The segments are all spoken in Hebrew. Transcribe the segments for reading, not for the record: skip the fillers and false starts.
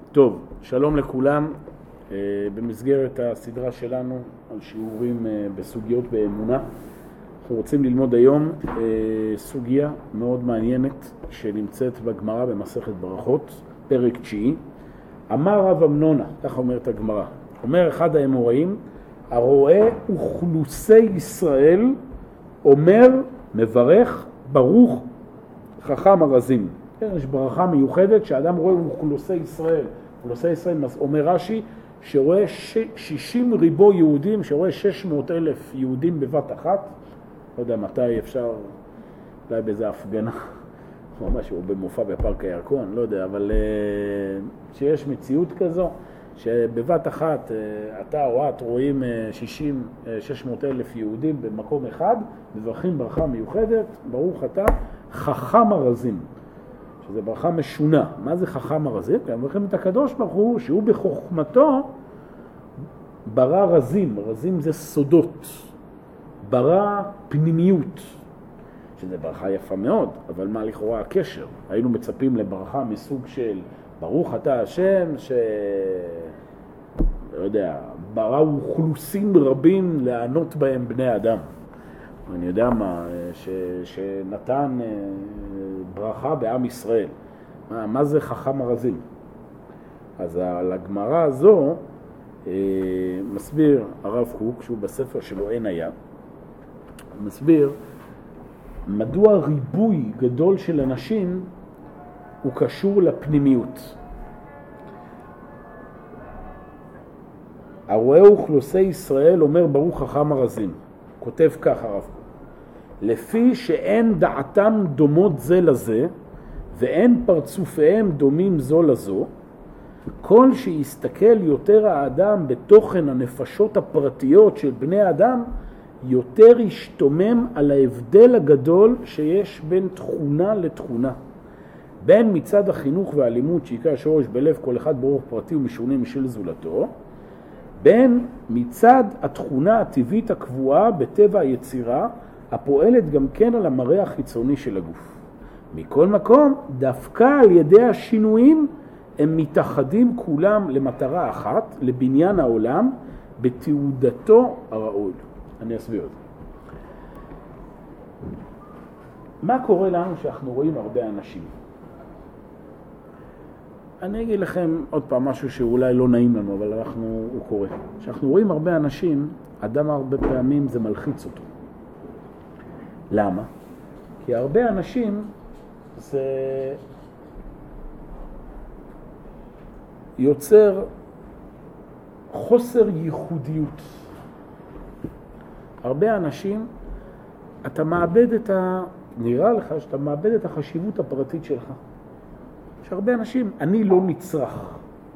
טוב, שלום לכולם. במסגרת הסדרה שלנו על שיעורים בסוגיות באמונה, אנחנו רוצים ללמוד היום סוגיה מאוד מעניינת שנמצאת בגמרא במסכת ברכות, פרק 9. אמר רב אמנונה, כך אומרת הגמרא, אומר אחד האמוראים, הרואה אוכלוסי ישראל אומר מברך ברוך חכם הרזים. יש ברכה מיוחדת שאדם רואה אוכלוסי ישראל. אוכלוסי ישראל אומר רש"י שרואה 60 ריבו יהודים, שרואה 600,000 יהודים בבת אחת. לא יודע מתי אפשר, אולי באיזה הפגנה, או משהו, או במופע בפארק הירקון, לא יודע, אבל שיש מציאות כזו, שבבת אחת אתה או את רואים 600,000 יהודים במקום אחד, מברכים ברכה מיוחדת, ברוך אתה חכם הרזים. שזה ברכה משונה. מה זה חכם הרזים? כי מברכים את הקדוש ברוך הוא שהוא בחוכמתו ברא רזים. רזים זה סודות. ברא פנימיות. שזה ברכה יפה מאוד, אבל מה לכאורה הקשר? היינו מצפים לברכה מסוג של ברוך אתה השם, לא יודע, ברא אוכלוסים רבים לענות בהם בני אדם. אני יודע מה, שנתן ברכה בעם ישראל. מה זה חכם הרזים? אז על הגמרא הזו מסביר הרב קוק, שהוא בספר שלו אין היה, מסביר מדוע ריבוי גדול של אנשים הוא קשור לפנימיות. הרואה אוכלוסי ישראל אומר ברוך חכם הרזים. כותב כך הרב קוק, לפי שאין דעתם דומות זה לזה ואין פרצופיהם דומים זו לזו, כל שיסתכל יותר האדם בתוכן הנפשות הפרטיות של בני האדם, יותר ישתומם על ההבדל הגדול שיש בין תכונה לתכונה. בין מצד החינוך והלימוד שיקרא שורש בלב כל אחד ברוך פרטי ומשונה משל זולתו, בין מצד התכונה הטבעית הקבועה בטבע היצירה, הפועלת גם כן על המראה החיצוני של הגוף. מכל מקום, דווקא על ידי השינויים, הם מתאחדים כולם למטרה אחת, לבניין העולם, בתעודתו הראוי. אני אסביר את זה. מה קורה לנו שאנחנו רואים הרבה אנשים? אני אגיד לכם עוד פעם משהו שאולי לא נעים לנו, אבל הוא קורה. כשאנחנו רואים הרבה אנשים, אדם הרבה פעמים זה מלחיץ אותו. למה? כי הרבה אנשים זה יוצר חוסר ייחודיות. הרבה אנשים, אתה מאבד נראה לך שאתה מאבד את החשיבות הפרטית שלך. יש הרבה אנשים, אני לא נצרך.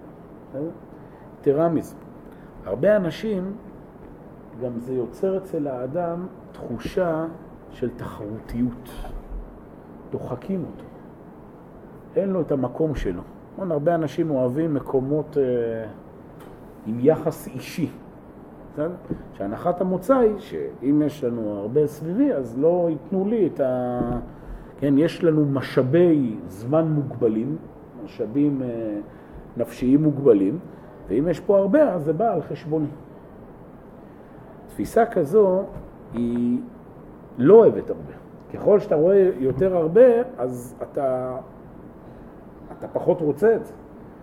תראה מזה. הרבה אנשים, גם זה יוצר אצל האדם תחושה של תחרותיות. דוחקים אותו. אין לו את המקום שלו. הרבה אנשים אוהבים מקומות עם יחס אישי. שהנחת המוצא היא שאם יש לנו הרבה סביבי, אז לא ייתנו לי את כן, יש לנו משאבי זמן מוגבלים, משאבים נפשיים מוגבלים, ואם יש פה הרבה, אז זה בא על חשבוני. תפיסה כזו היא לא אוהבת הרבה. ככל שאתה רואה יותר הרבה, אז אתה פחות רוצה את זה.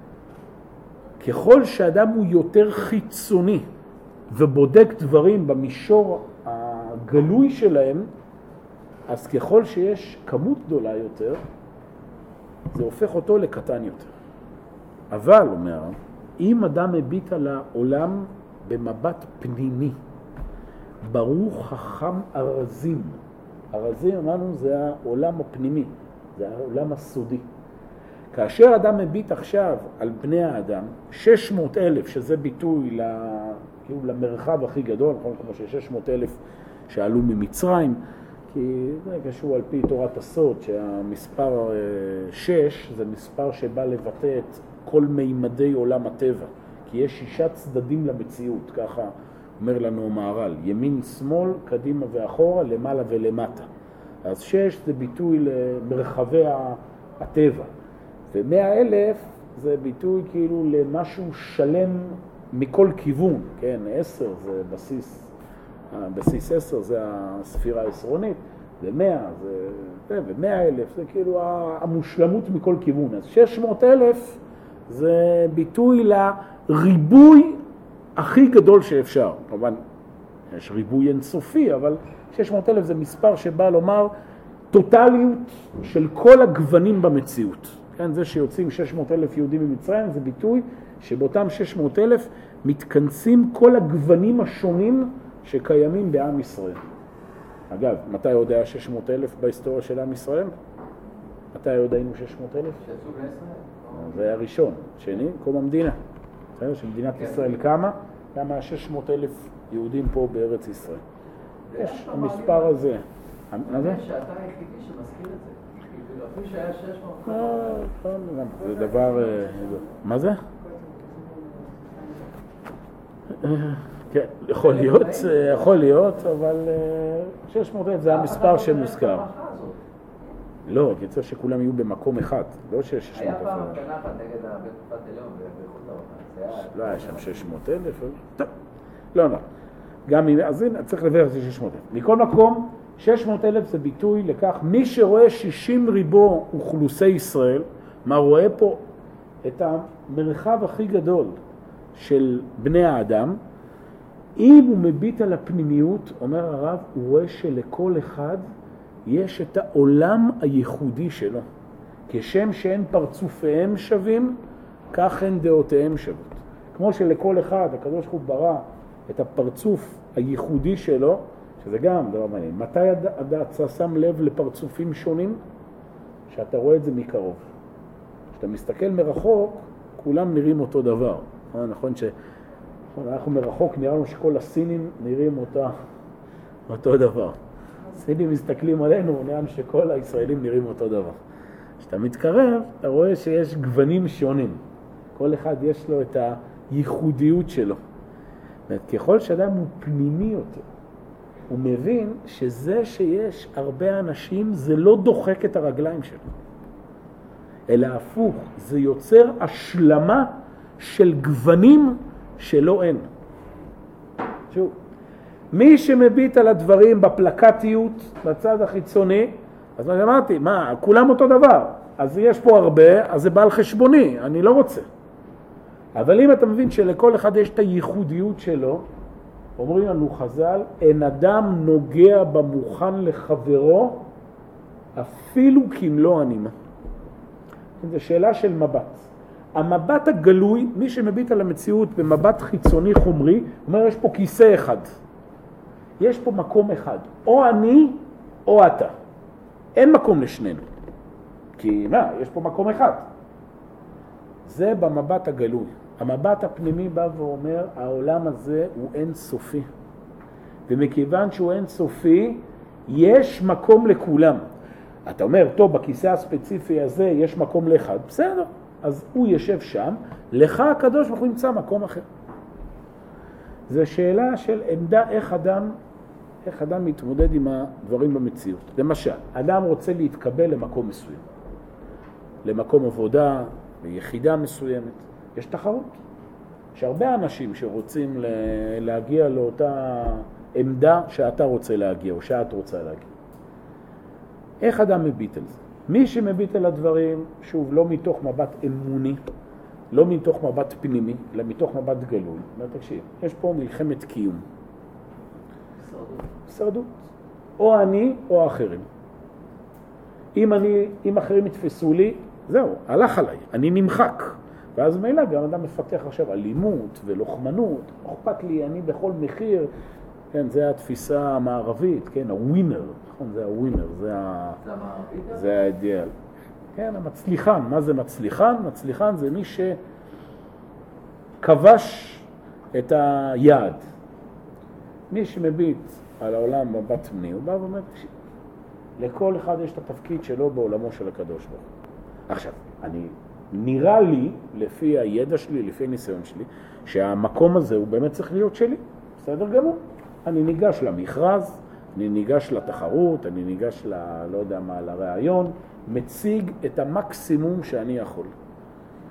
ככל שאדם הוא יותר חיצוני ובודק דברים במישור הגלוי שלהם, אז ככל שיש כמות גדולה יותר, זה הופך אותו לקטן יותר. אבל, אומר, אם אדם מביט על העולם במבט פנימי, ברוך חכם הרזים. הרזים, אמרנו, זה העולם הפנימי, זה העולם הסודי. כאשר אדם מביט עכשיו על בני האדם, 600,000, שזה ביטוי למרחב הכי גדול, כמו ש600,000 שעלו ממצרים, כי זה קשור על פי תורת הסוד, שהמספר 6 זה מספר שבא לבטא את כל מימדי עולם הטבע, כי יש 6 צדדים למציאות, ככה אומר לנו מהר"ל, ימין שמאל, קדימה ואחורה, למעלה ולמטה. אז 6 זה ביטוי למרחבי הטבע, ו100,000 זה ביטוי כאילו למשהו שלם מכל כיוון, כן, 10 זה בסיס 10 זה הספירה העשרונית, ו100 ו100,000 זה כאילו המושלמות מכל כיוון. אז 600,000 זה ביטוי לריבוי הכי גדול שאפשר. כמובן, יש ריבוי אינסופי, אבל 600,000 זה מספר שבא לומר טוטליות של כל הגוונים במציאות. כן, זה שיוצאים 600,000 יהודים ממצרים, זה ביטוי שבאותם 600,000 מתכנסים כל הגוונים השונים שקיימים בעם ישראל. אגב, מתי עוד היה 600,000 בהיסטוריה של עם ישראל? מתי עוד היינו 600,000? שיצאו בני ישראל? זה היה ראשון. שני, קום המדינה. בסדר? שמדינת ישראל קמה, גם היה 600,000 יהודים פה בארץ ישראל. יש המספר הזה. מה זה? שאתה היחידי שמזכיר את זה. אפילו שהיה 600. זה דבר... מה זה? כן, יכול להיות, אבל 600,000 זה המספר שמוזכר. לא, כי צריך שכולם יהיו במקום אחד, לא שיש 600,000. היה פעם הפגנה אחת נגד בית משפט עליון באיכות האורחן. לא היה שם 600,000, טוב, לא. גם אם, אז הנה, צריך לבאר את זה 600,000. מכל מקום, 600,000 זה ביטוי לכך, מי שרואה 60 ריבו אוכלוסי ישראל, מה רואה פה את המרחב הכי גדול של בני האדם, אם הוא מביט על הפנימיות, אומר הרב, הוא רואה שלכל אחד יש את העולם הייחודי שלו. כשם שאין פרצופיהם שווים, כך אין דעותיהם שוות. כמו שלכל אחד, הקדוש ברוך הוא ברא את הפרצוף הייחודי שלו, שזה גם דבר מעניין. מתי אתה שם לב לפרצופים שונים? שאתה רואה את זה מקרוב. כשאתה מסתכל מרחוק, כולם נראים אותו דבר. נכון שאנחנו מרחוק נראה לנו שכל הסינים נראים אותו דבר. הסינים מסתכלים עלינו, נראה שכל הישראלים נראים אותו דבר. כשאתה מתקרב, אתה רואה שיש גוונים שונים. כל אחד יש לו את הייחודיות שלו. ככל שאדם הוא פנימי יותר, הוא מבין שזה שיש הרבה אנשים, זה לא דוחק את הרגליים שלו. אלא הפוך, זה יוצר השלמה של גוונים שלא אין. שוב, מי שמביט על הדברים בפלקטיות, בצד החיצוני, אז מה אמרתי, כולם אותו דבר. אז יש פה הרבה, אז זה בא על חשבוני, אני לא רוצה. אבל אם אתה מבין שלכל אחד יש את הייחודיות שלו, אומרים לנו חז"ל, אין אדם נוגע במוכן לחברו, אפילו כמלוא הנימה. זו שאלה של מבט. המבט הגלוי, מי שמביט על המציאות במבט חיצוני חומרי, אומר יש פה כיסא אחד. יש פה מקום אחד. או אני או אתה. אין מקום לשנינו. כי יש פה מקום אחד. זה במבט הגלוי. המבט הפנימי בא ואומר, העולם הזה הוא אין סופי. ומכיוון שהוא אין סופי, יש מקום לכולם. אתה אומר, טוב, בכיסא הספציפי הזה יש מקום לאחד. בסדר, אז הוא יושב שם, לך הקדוש ברוך הוא ימצא מקום אחר. זו שאלה של עמדה איך אדם מתמודד עם הדברים במציאות. למשל, אדם רוצה להתקבל למקום מסוים. למקום עבודה, ליחידה מסוימת. יש תחרות. יש הרבה אנשים שרוצים להגיע לאותה עמדה שאתה רוצה להגיע, או שאת רוצה להגיע. איך אדם מביט על זה? מי שמביט על הדברים, שוב, לא מתוך מבט אמוני, לא מתוך מבט פנימי, אלא מתוך מבט גלוי. תקשיב, יש פה מלחמת קיום. שרדות. או אני או האחרים. אם אחרים יתפסו לי, זהו, הלך עליי, אני נמחק. ואז מילה גם אדם מפתח עכשיו אלימות ולוחמנות, אכפת לי, אני בכל מחיר, כן, זה התפיסה המערבית, כן, הווינר, נכון, זה הווינר, זה האידיאל. כן, המצליחן, מה זה מצליחן? מצליחן זה מי שכבש את היעד. מי שמביט על העולם מבט פנימי, הוא בא ואומר, לכל אחד יש את התפקיד שלו בעולמו של הקדוש ברוך הוא. עכשיו, נראה לי, לפי הידע שלי, לפי הניסיון שלי, שהמקום הזה הוא באמת צריך להיות שלי. בסדר גמור. אני ניגש למכרז, אני ניגש לתחרות, אני ניגש לא יודע מה, לרעיון, מציג את המקסימום שאני יכול.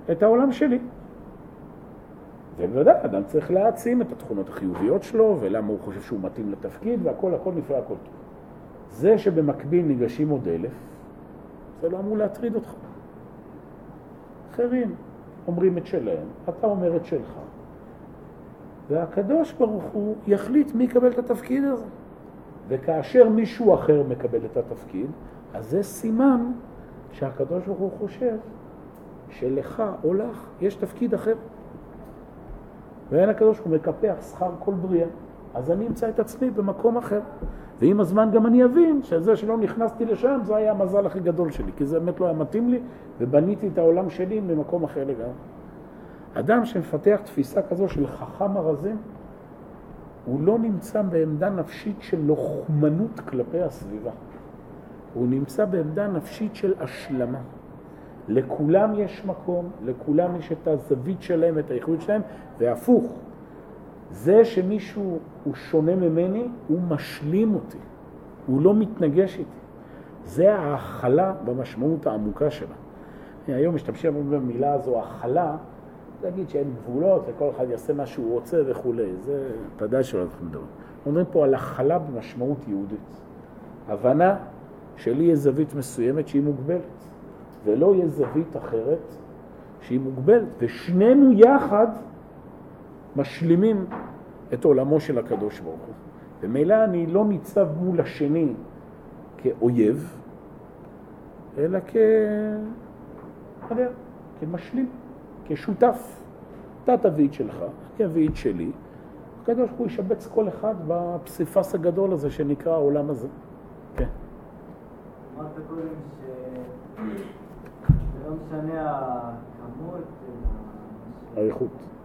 את העולם שלי. ובוודאי, אדם צריך להעצים את התכונות החיוביות שלו, ולמה הוא חושב שהוא מתאים לתפקיד, והכל, הכל נפלא, הכל טוב. זה שבמקביל ניגשים עוד 1,000, זה לא אמור להטריד אותך. אחרים אומרים את שלהם, אתה אומר את שלך. והקדוש ברוך הוא יחליט מי יקבל את התפקיד הזה. וכאשר מישהו אחר מקבל את התפקיד, אז זה סימן שהקדוש ברוך הוא חושב שלך או לך יש תפקיד אחר. ואין הקדוש ברוך הוא מקפח שכר כל בריאה, אז אני אמצא את עצמי במקום אחר. ועם הזמן גם אני אבין שזה שלא נכנסתי לשם, זה היה המזל הכי גדול שלי, כי זה באמת לא היה מתאים לי, ובניתי את העולם שלי ממקום אחר לגמרי. אדם שמפתח תפיסה כזו של חכם הרזים, הוא לא נמצא בעמדה נפשית של לוחמנות כלפי הסביבה. הוא נמצא בעמדה נפשית של השלמה. לכולם יש מקום, לכולם יש את הזווית שלהם, את הייחוד שלהם, והפוך. זה שמישהו הוא שונה ממני, הוא משלים אותי. הוא לא מתנגש איתי. זה ההכלה במשמעות העמוקה שלה. היום משתמשים במילה הזו, הכלה, להגיד שאין גבולות, וכל אחד יעשה מה שהוא רוצה וכו'. זה תדע שלא אנחנו מדברים. אומרים פה על הכלה במשמעות יהודית. הבנה שלי יש זווית מסוימת שהיא מוגבלת, ולא יש זווית אחרת שהיא מוגבלת, ושנינו יחד משלימים את עולמו של הקדוש ברוך הוא. ומילא אני לא ניצב מול השני כאויב, אלא כמשלים, כשותף. אתה תביא את שלך, אני אביא את שלי. הקדוש ברוך הוא ישבץ כל אחד בפסיפס הגדול הזה שנקרא העולם הזה. כן. אמרת קודם שלא משנה הכמות, האיכות.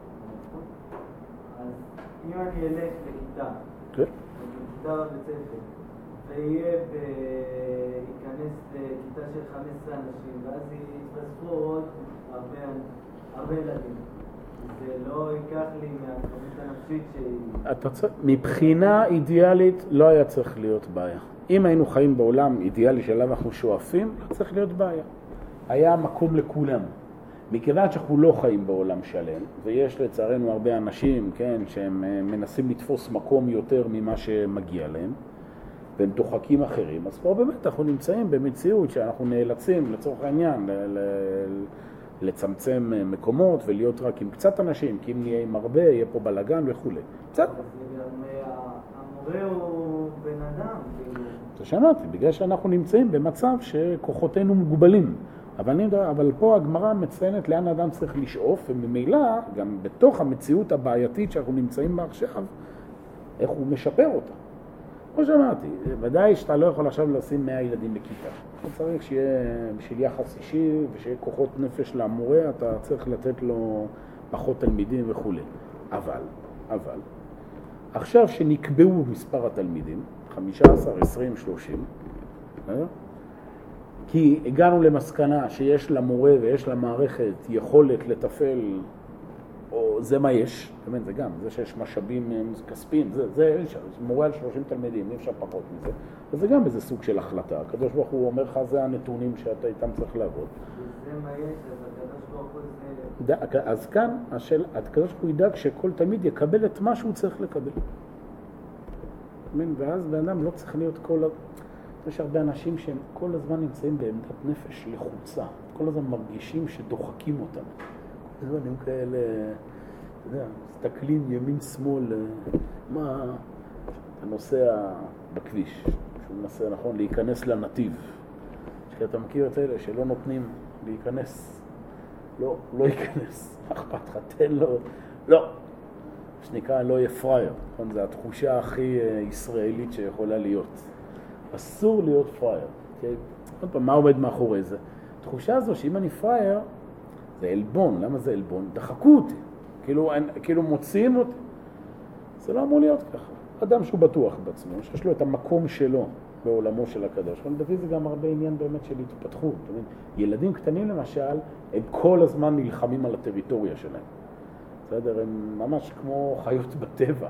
אז אם אני אלך לכיתה, כן. לכיתה בבית ספר, ויהיה ייכנס לכיתה של 15 אנשים, ואז יתווספו עוד הרבה ילדים. זה לא ייקח לי מהכמות הנפשית שהיא... מבחינה אידיאלית לא היה צריך להיות בעיה. אם היינו חיים בעולם אידיאלי שאליו אנחנו שואפים, לא צריך להיות בעיה. היה מקום לכולם. מכיוון שאנחנו לא חיים בעולם שלם, ויש לצערנו הרבה אנשים, כן, שהם מנסים לתפוס מקום יותר ממה שמגיע להם, והם דוחקים אחרים, אז פה באמת אנחנו נמצאים במציאות שאנחנו נאלצים לצורך העניין לצמצם מקומות ולהיות רק עם קצת אנשים, כי אם נהיה עם הרבה יהיה פה בלגן וכו'. קצת. המורה הוא בן אדם. זה שמעתי, בגלל שאנחנו נמצאים במצב שכוחותינו מוגבלים. אבל פה הגמרא מציינת לאן האדם צריך לשאוף, וממילא גם בתוך המציאות הבעייתית שאנחנו נמצאים בה עכשיו, איך הוא משפר אותה. כמו שאמרתי, ודאי שאתה לא יכול עכשיו לשים 100 ילדים בכיתה. אתה צריך שיהיה בשביל יחס אישי ושיהיה כוחות נפש למורה, אתה צריך לתת לו פחות תלמידים וכו'. אבל, עכשיו שנקבעו מספר התלמידים, 15, 20, 30, כי הגענו למסקנה שיש למורה ויש למערכת יכולת לטפל, או זה מה יש, באמת, זה גם, זה שיש משאבים כספיים, זה מורה על 30 תלמידים, אי אפשר פחות מזה, וזה גם איזה סוג של החלטה. הקדוש ברוך הוא אומר לך, זה הנתונים שאתה איתם צריך לעבוד. זה מה יש, אז הקדוש ברוך הוא זה... אז כאן, הקדוש ברוך הוא ידאג שכל תלמיד יקבל את מה שהוא צריך לקבל. ואז באדם לא צריך להיות יש הרבה אנשים שהם כל הזמן נמצאים בעמדת נפש לחוצה, כל הזמן מרגישים שדוחקים אותם. כל הזמן הם כאלה, אתה יודע, מסתכלים ימין שמאל, מה אתה נוסע בכביש, שהוא מנסה נכון להיכנס לנתיב. שאתה מכיר את אלה שלא נותנים להיכנס, לא ייכנס, אכפת לך, תן לו, לא. שנקרא לא יהיה פרייר, זו התחושה הכי ישראלית שיכולה להיות. אסור להיות פרייר. עוד פעם, מה עומד מאחורי זה? התחושה הזו שאם אני פרייר, זה אלבון. למה זה אלבון? דחקו אותי. כאילו מוציאים אותי. זה לא אמור להיות ככה. אדם שהוא בטוח בעצמו, שיש לו את המקום שלו בעולמו של הקדוש. אבל דוד זה גם הרבה עניין באמת של התפתחות. ילדים קטנים למשל, הם כל הזמן נלחמים על הטריטוריה שלהם. בסדר? הם ממש כמו חיות בטבע.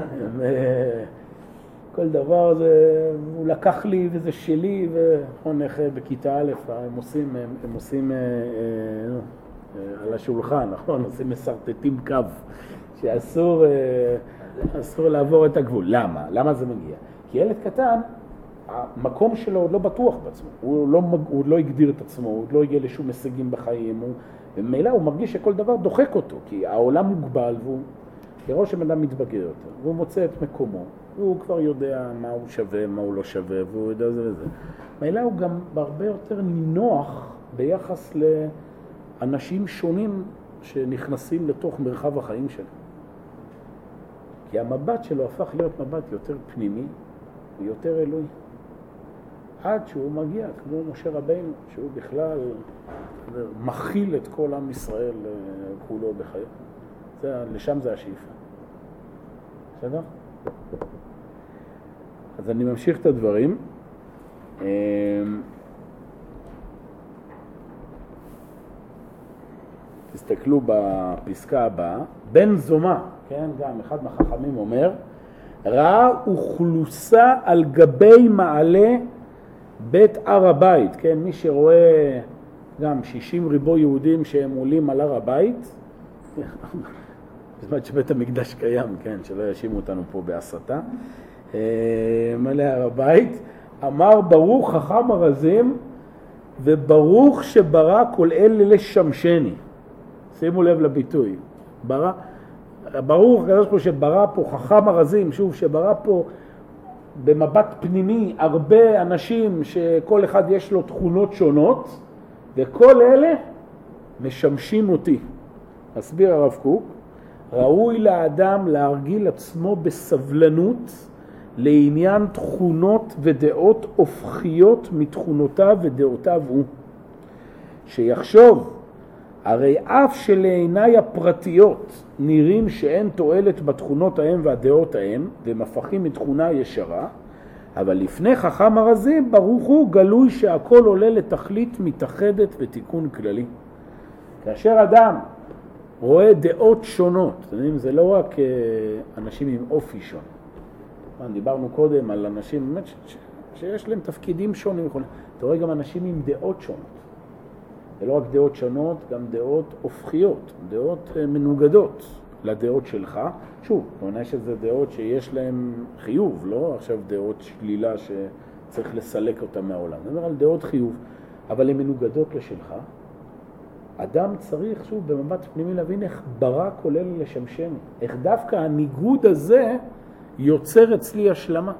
כל דבר זה, הוא לקח לי וזה שלי, ונכון איך בכיתה א' הם עושים על השולחן, נכון? עושים מסרטטים קו, שאסור לעבור את הגבול. למה? למה זה מגיע? כי ילד קטן, המקום שלו עוד לא בטוח בעצמו, הוא לא הגדיר את עצמו, הוא לא הגיע לשום הישגים בחיים, ומילא הוא מרגיש שכל דבר דוחק אותו, כי העולם מוגבל, והוא כראש אדם מתבגר יותר, והוא מוצא את מקומו, והוא כבר יודע מה הוא שווה, מה הוא לא שווה, והוא יודע זה וזה. מילא הוא גם הרבה יותר נינוח ביחס לאנשים שונים שנכנסים לתוך מרחב החיים שלו. כי המבט שלו הפך להיות מבט יותר פנימי ויותר אלוהי. עד שהוא מגיע, כמו משה רבינו, שהוא בכלל מכיל את כל עם ישראל כולו בחייו. לשם זה השאיפה. בסדר? אז אני ממשיך את הדברים. תסתכלו בפסקה הבאה. בן זומא, כן, גם אחד מהחכמים אומר, ראה אוכלוסה על גבי מעלה בית הר הבית, כן, מי שרואה גם 60 ריבו יהודים שהם עולים על הר הבית, בזמן שבית המקדש קיים, כן, שלא ישימו אותנו פה בהסתה, מלא הר הבית, אמר ברוך חכם הרזים וברוך שברא כל אלה לשמשני. שימו לב לביטוי, ברוך הקדוש פה שברא פה חכם הרזים, שוב שברא פה במבט פנימי הרבה אנשים שכל אחד יש לו תכונות שונות, וכל אלה משמשים אותי. מסביר הרב קוק, ראוי לאדם להרגיל עצמו בסבלנות לעניין תכונות ודעות הופכיות מתכונותיו ודעותיו הוא. שיחשוב, הרי אף שלעיניי הפרטיות נראים שאין תועלת בתכונות ההם והדעות ההם, והם הפכים מתכונה ישרה, אבל לפני חכם הרזים ברוך הוא גלוי שהכל עולה לתכלית מתאחדת ותיקון כללי. כאשר אדם רואה דעות שונות, זה לא רק אנשים עם אופי שונה. דיברנו קודם על אנשים באמת שיש להם תפקידים שונים. אתה רואה גם אנשים עם דעות שונות. זה לא רק דעות שונות, גם דעות הופכיות, דעות מנוגדות לדעות שלך. שוב, כמובן שזה דעות שיש להם חיוב, לא עכשיו דעות שלילה שצריך לסלק אותה מהעולם. זה אומר על דעות חיוב, אבל הן מנוגדות לשלך. אדם צריך, שוב, במבט פנימי להבין איך ברא כולל לשמשני. איך דווקא הניגוד הזה יוצר אצלי השלמה.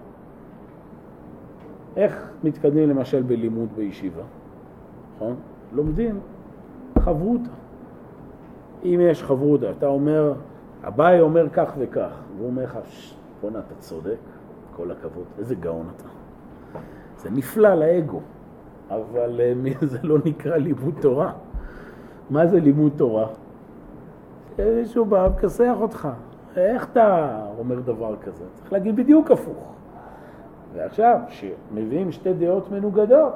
איך מתקדמים למשל בלימוד בישיבה? נכון? לומדים חברותה. אם יש חברותה, אתה אומר, הבאי אומר כך וכך, והוא אומר לך, בונה, אתה צודק, כל הכבוד, איזה גאון אתה. זה נפלא לאגו, אבל זה לא נקרא לימוד תורה. מה זה לימוד תורה? איזשהו בא וכסח אותך. איך אתה אומר דבר כזה? צריך להגיד בדיוק הפוך. ועכשיו, שמביאים שתי דעות מנוגדות,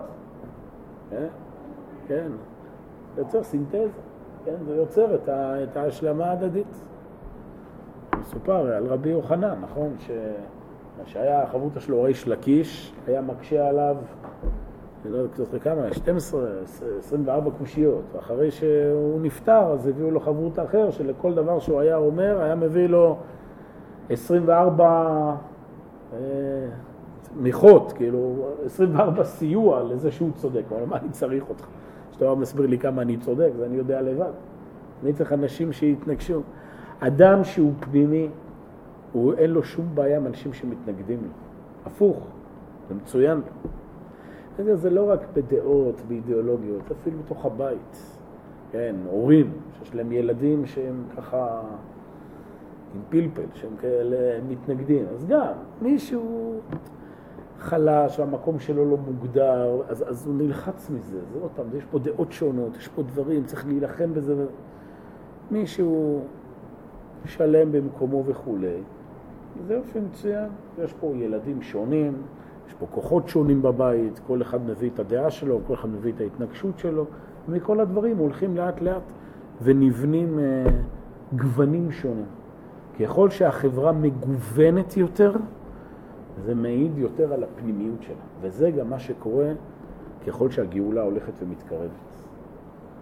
כן, זה יוצר סינתזה, כן, זה יוצר את ההשלמה ההדדית. מסופר על רבי יוחנן, נכון, שהיה החברות שלו ריש לקיש, היה מקשה עליו, אני לא יודע כמה, 24 קושיות, ואחרי שהוא נפטר, אז הביאו לו חברות אחר, שלכל דבר שהוא היה אומר, היה מביא לו 24 תמיכות, כאילו 24 סיוע לזה שהוא צודק. אבל מה אני צריך אותך? שאתה מסביר לי כמה אני צודק, זה אני יודע לבד. אני צריך אנשים שיתנגשו. אדם שהוא פנימי, אין לו שום בעיה עם אנשים שמתנגדים לו. הפוך, זה מצוין לו. זה לא רק בדעות, באידיאולוגיות, זה אפילו בתוך הבית. כן, הורים, שיש להם ילדים שהם ככה עם פלפל, שהם כאלה מתנגדים. אז גם מישהו חלש, המקום שלו לא מוגדר, אז הוא נלחץ מזה. זה עוד פעם, יש פה דעות שונות, יש פה דברים, צריך להילחם בזה. מישהו שלם במקומו וכו'. זה אופן מצוין. יש פה ילדים שונים, יש פה כוחות שונים בבית, כל אחד מביא את הדעה שלו, כל אחד מביא את ההתנגשות שלו, ומכל הדברים הולכים לאט לאט ונבנים גוונים שונים. ככל שהחברה מגוונת יותר, זה מעיד יותר על הפנימיות שלה. וזה גם מה שקורה ככל שהגאולה הולכת ומתקרבת.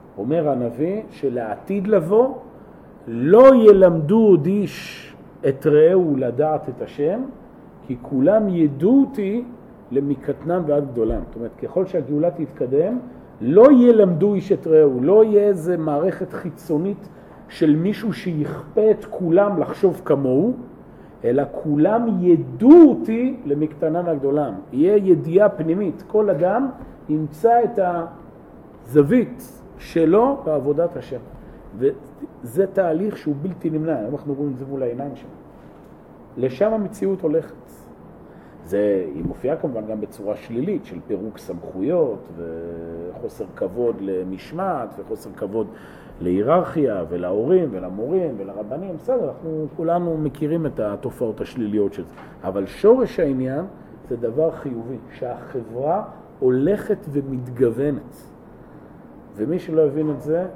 אומר הנביא שלעתיד לבוא לא ילמדו עוד איש את רעהו לדעת את השם, כי כולם ידעו אותי למקטנם ועד גדולם. זאת אומרת, ככל שהגאולה תתקדם, לא ילמדו איש את רעהו, לא יהיה איזה מערכת חיצונית של מישהו שיכפה את כולם לחשוב כמוהו, אלא כולם ידעו אותי למקטנם ועד גדולם. יהיה ידיעה פנימית, כל אדם ימצא את הזווית שלו בעבודת השם. וזה תהליך שהוא בלתי נמנע, אנחנו רואים את זה מול העיניים שלנו. לשם המציאות הולכת. היא מופיעה כמובן גם בצורה שלילית של פירוק סמכויות וחוסר כבוד למשמעת וחוסר כבוד להיררכיה ולהורים ולמורים ולרבנים. בסדר, אנחנו כולנו מכירים את התופעות השליליות של זה. אבל שורש העניין זה דבר חיובי, שהחברה הולכת ומתגוונת. ומי שלא הבין את זה,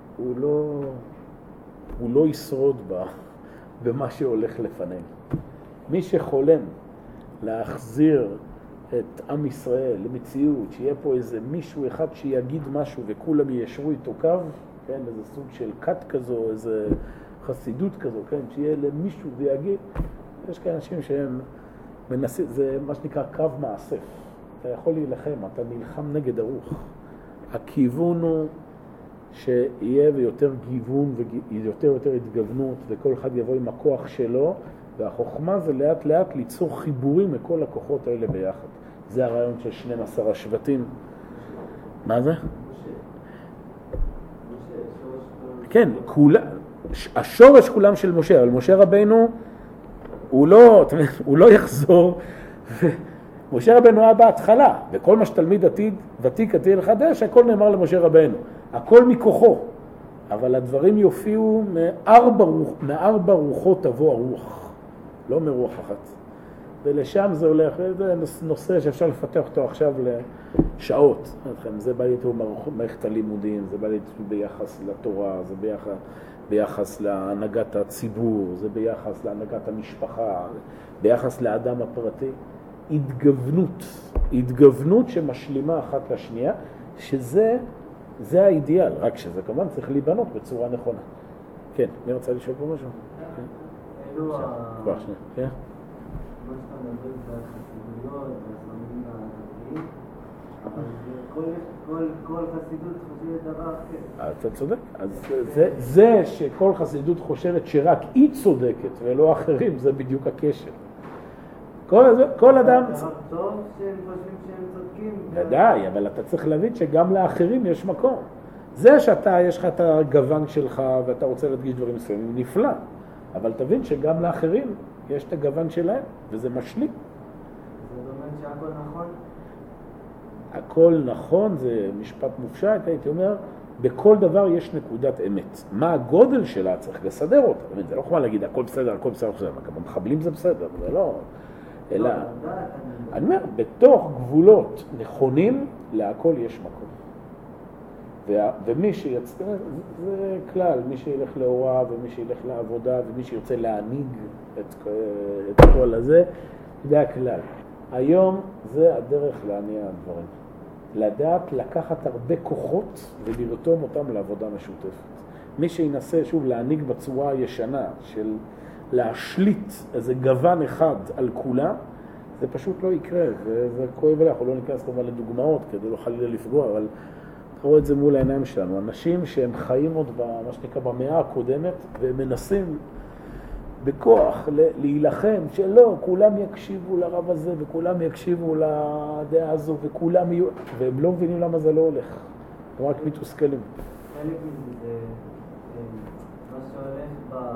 הוא לא ישרוד במה שהולך לפנינו. מי שחולם להחזיר את עם ישראל למציאות, שיהיה פה איזה מישהו אחד שיגיד משהו וכולם יישרו איתו קו, כן, איזה סוג של קט כזו, איזה חסידות כזו, כן, שיהיה למישהו ויגיד, יש כאלה אנשים שהם מנסים, זה מה שנקרא קו מאסף. אתה יכול להילחם, אתה נלחם נגד הרוח. הכיוון הוא שיהיה ויותר גיוון ויותר התגוונות, וכל אחד יבוא עם הכוח שלו, והחוכמה זה לאט לאט ליצור חיבורים מכל הכוחות האלה ביחד. זה הרעיון של 12 השבטים. מה זה? כן, השורש כולם של משה, אבל משה רבינו הוא לא יחזור, משה רבינו היה בהתחלה, וכל מה שתלמיד ותיק עתיד לחדש, הכל נאמר למשה רבינו, הכל מכוחו, אבל הדברים יופיעו מארבע רוחות תבוא הרוח, לא מרוח אחת. ולשם זה הולך, זה נושא שאפשר לפתח אותו עכשיו לשעות. זה בא לידי מערכת הלימודים, זה בא לידי ביחס לתורה, זה ביחס להנהגת הציבור, זה ביחס להנהגת המשפחה, ביחס לאדם הפרטי. התגוונות שמשלימה אחת לשנייה, שזה האידיאל, רק שזה כמובן צריך להיבנות בצורה נכונה. כן, מי רוצה לשאול פה משהו? כבר שנייה. כן? מה שאתה מדבר זה החסידויות והזמנים הערביים, אבל כל חסידות חושבת דבר אחר. אתה צודק. אז זה שכל חסידות חושבת שרק היא צודקת ולא אחרים, זה בדיוק הקשר. כל אדם... זה טוב שהם חושבים שהם צודקים. ודאי, אבל אתה צריך להבין שגם לאחרים יש מקום. זה שאתה, יש לך את הגוון שלך ואתה רוצה להדגיש דברים מסוימים, נפלא. אבל תבין שגם לאחרים יש את הגוון שלהם, וזה משלים. זה אומר שהכל נכון? הכל נכון, זה משפט מופשט, הייתי אומר, בכל דבר יש נקודת אמת. מה הגודל שלה צריך לסדר אותה. זה לא יכול להגיד, הכל בסדר, הכל בסדר, גם המחבלים זה בסדר, זה לא... אלא, אני אומר, בתוך גבולות נכונים, להכל יש מקום. ומי שיצא, זה כלל, מי שילך להוראה ומי שילך לעבודה ומי שירצה להנהיג את כל הזה, זה הכלל. היום זה הדרך להניע הדברים. לדעת לקחת הרבה כוחות ולרתום אותם לעבודה משותפת. מי שינסה שוב להנהיג בצורה הישנה של להשליט איזה גוון אחד על כולם, זה פשוט לא יקרה, וזה כואב אליי, אנחנו לא ניכנס כמובן לדוגמאות כדי לא חלילה לפגוע, אבל תראו את זה מול העיניים שלנו. אנשים שהם חיים עוד במה שנקרא במאה הקודמת, והם מנסים בכוח להילחם שלא, כולם יקשיבו לרב הזה, וכולם יקשיבו לדעה הזו, וכולם יהיו, והם לא מבינים למה זה לא הולך. הם רק מתוסכלים. חלק מזה זה מה שהולך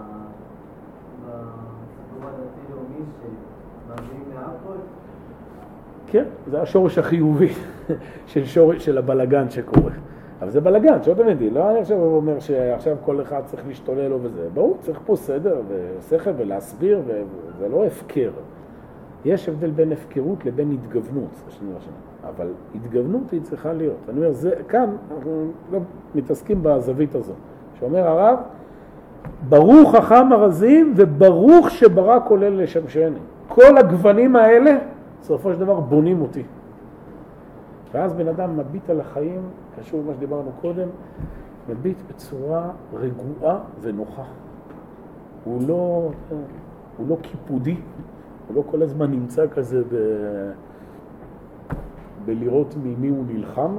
בסיפור הדתי-לאומי שמביאים מהכל. כן, זה השורש החיובי של הבלגן שקורה. אבל זה בלגן, שלא תמידי, לא אני עכשיו אומר שעכשיו כל אחד צריך להשתולל לו וזה. ברור, צריך פה סדר ושכל ולהסביר, וזה לא הפקר. יש הבדל בין הפקרות לבין התגוונות, אבל התגוונות היא צריכה להיות. אני אומר, כאן אנחנו לא מתעסקים בזווית הזו. שאומר הרב, ברוך חכם הרזים וברוך שברא כולל לשמשני. כל הגוונים האלה, בסופו של דבר, בונים אותי. ואז בן אדם מביט על החיים קשור למה שדיברנו קודם, מביט בצורה רגועה ונוחה. הוא לא קיפודי, הוא לא כל הזמן נמצא כזה בלראות ממי הוא נלחם.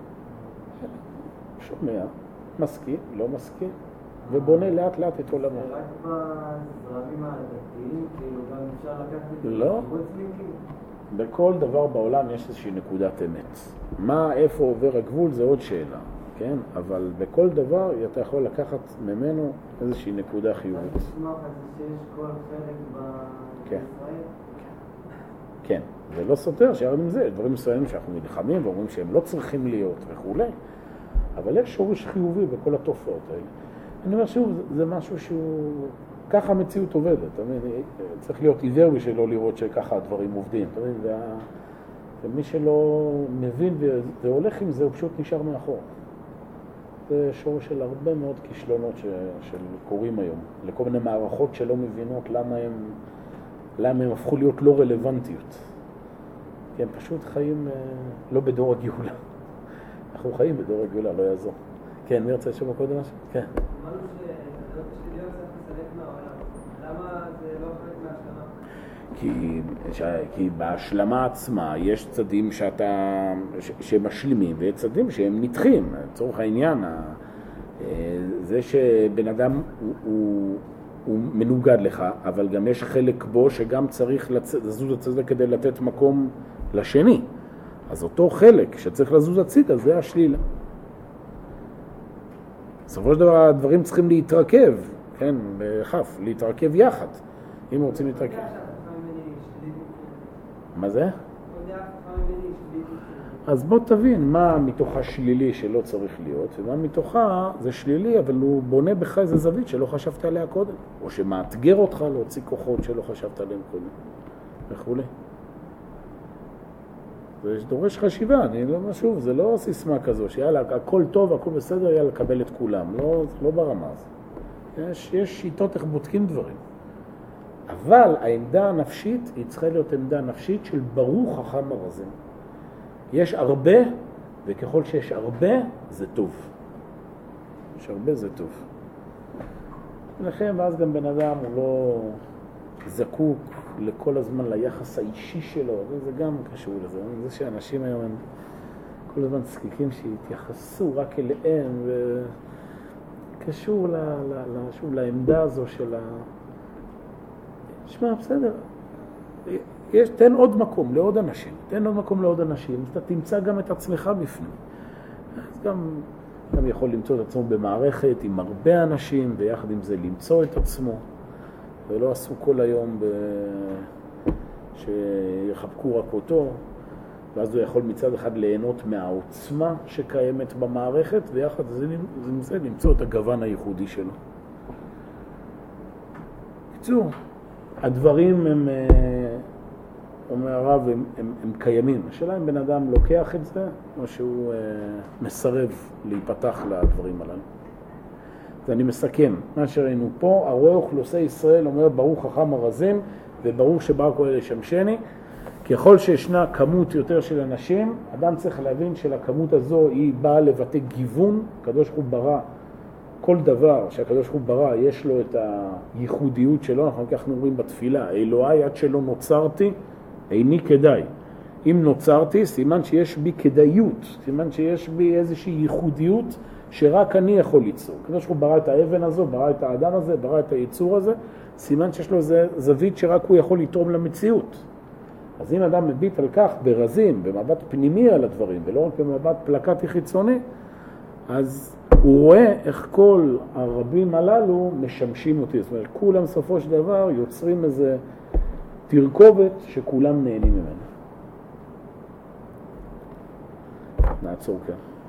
שומע, מסכים, לא מסכים, ובונה לאט לאט את עולמו. זה רק בזרמים הדתיים, כאילו גם אפשר לקחת את זה? לא. בכל דבר בעולם יש איזושהי נקודת אמת. מה, איפה עובר הגבול זה עוד שאלה, כן? אבל בכל דבר אתה יכול לקחת ממנו איזושהי נקודה חיובית. אז תשמע לך שיש כל חלק בישראל? כן, זה לא סותר שירד עם זה, דברים מסוימים שאנחנו נלחמים ואומרים שהם לא צריכים להיות וכו'. אבל יש שורש חיובי בכל התופעות האלה. אני אומר שוב, זה משהו שהוא... ככה המציאות עובדת, צריך להיות עיוור בשביל לא לראות שככה הדברים עובדים, ומי שלא מבין והולך עם זה, הוא פשוט נשאר מאחור. זה שורש של הרבה מאוד כישלונות שקורים היום, לכל מיני מערכות שלא מבינות למה הם הפכו להיות לא רלוונטיות. כי הם פשוט חיים לא בדור הגאולה. אנחנו חיים בדור הגאולה, לא יעזור. כן, מי רוצה לשמוע קודם משהו? כן. אמרנו שהדעות השליליות צריך לסלק מהעולם. למה זה לא חלק מההשלמה? כי בהשלמה עצמה יש צדים שמשלימים ויש צדים שהם נדחים. לצורך העניין, זה שבן אדם הוא מנוגד לך, אבל גם יש חלק בו שגם צריך לזוז הצידה כדי לתת מקום לשני. אז אותו חלק שצריך לזוז הצידה זה השלילה. בסופו של דבר הדברים צריכים להתרכב, כן, בחף, להתרכב יחד, אם רוצים להתרכב. מה זה? אז בוא תבין מה מתוכה שלילי שלא צריך להיות, ומה מתוכה זה שלילי, אבל הוא בונה בך איזה זווית שלא חשבת עליה קודם, או שמאתגר אותך להוציא כוחות שלא חשבת עליהם קודם, וכו'. זה דורש חשיבה, אני לא משהו, זה לא סיסמה כזו, שיאללה, הכל טוב, הכל בסדר, יאללה, לקבל את כולם. לא ברמה הזו. יש שיטות איך בודקים דברים. אבל העמדה הנפשית היא צריכה להיות עמדה נפשית של ברוך חכם הרזים. יש הרבה, וככל שיש הרבה, זה טוב. יש הרבה, זה טוב. לכן, ואז גם בן אדם הוא לא זקוק לכל הזמן ליחס האישי שלו, וזה גם קשור לזה. זה שאנשים היום הם כל הזמן צחיקים שהתייחסו רק אליהם, וקשור שוב לעמדה הזו של שמע, בסדר, תן עוד מקום לעוד אנשים, אז אתה תמצא גם את עצמך בפנים. אז גם יכול למצוא את עצמו במערכת עם הרבה אנשים, ויחד עם זה למצוא את עצמו, ולא עשו כל היום שיחבקו רק אותו, ואז הוא יכול מצד אחד ליהנות מהעוצמה שקיימת במערכת, ויחד עם זה למצוא את הגוון הייחודי שלו. בקיצור, הדברים הם, אומר הרב, הם קיימים. השאלה אם בן אדם לוקח את זה, או שהוא מסרב להיפתח לדברים הללו. אז אני מסכם. מה שראינו פה, הרואה אוכלוסי ישראל אומר ברוך חכם הרזים, וברוך שברא כל אלה לשמשני. ככל שישנה כמות יותר של אנשים, אדם צריך להבין שלכמות הזו היא באה לבטא גיוון. הקדוש ברוך הוא ברא כל דבר שהקדוש ברוך הוא ברא, יש לו את הייחודיות שלו. אנחנו כך אומרים בתפילה, אלוהי עד שלא נוצרתי, איני כדאי. אם נוצרתי, סימן שיש בי כדאיות, סימן שיש בי איזושהי ייחודיות שרק אני יכול ליצור. הקדוש ברוך הוא ברא את האבן הזו, ברא את האדם הזה, ברא את היצור הזה, סימן שיש לו זווית שרק הוא יכול לתרום למציאות. אז אם אדם מביט על כך ברזים, במבט פנימי על הדברים, ולא רק במבט פלקטי חיצוני, אז הוא רואה איך כל הרבים הללו משמשים אותי. זאת אומרת, כולם סופו של דבר יוצרים איזה תרכובת שכולם נהנים ממנה. נעצור כאן.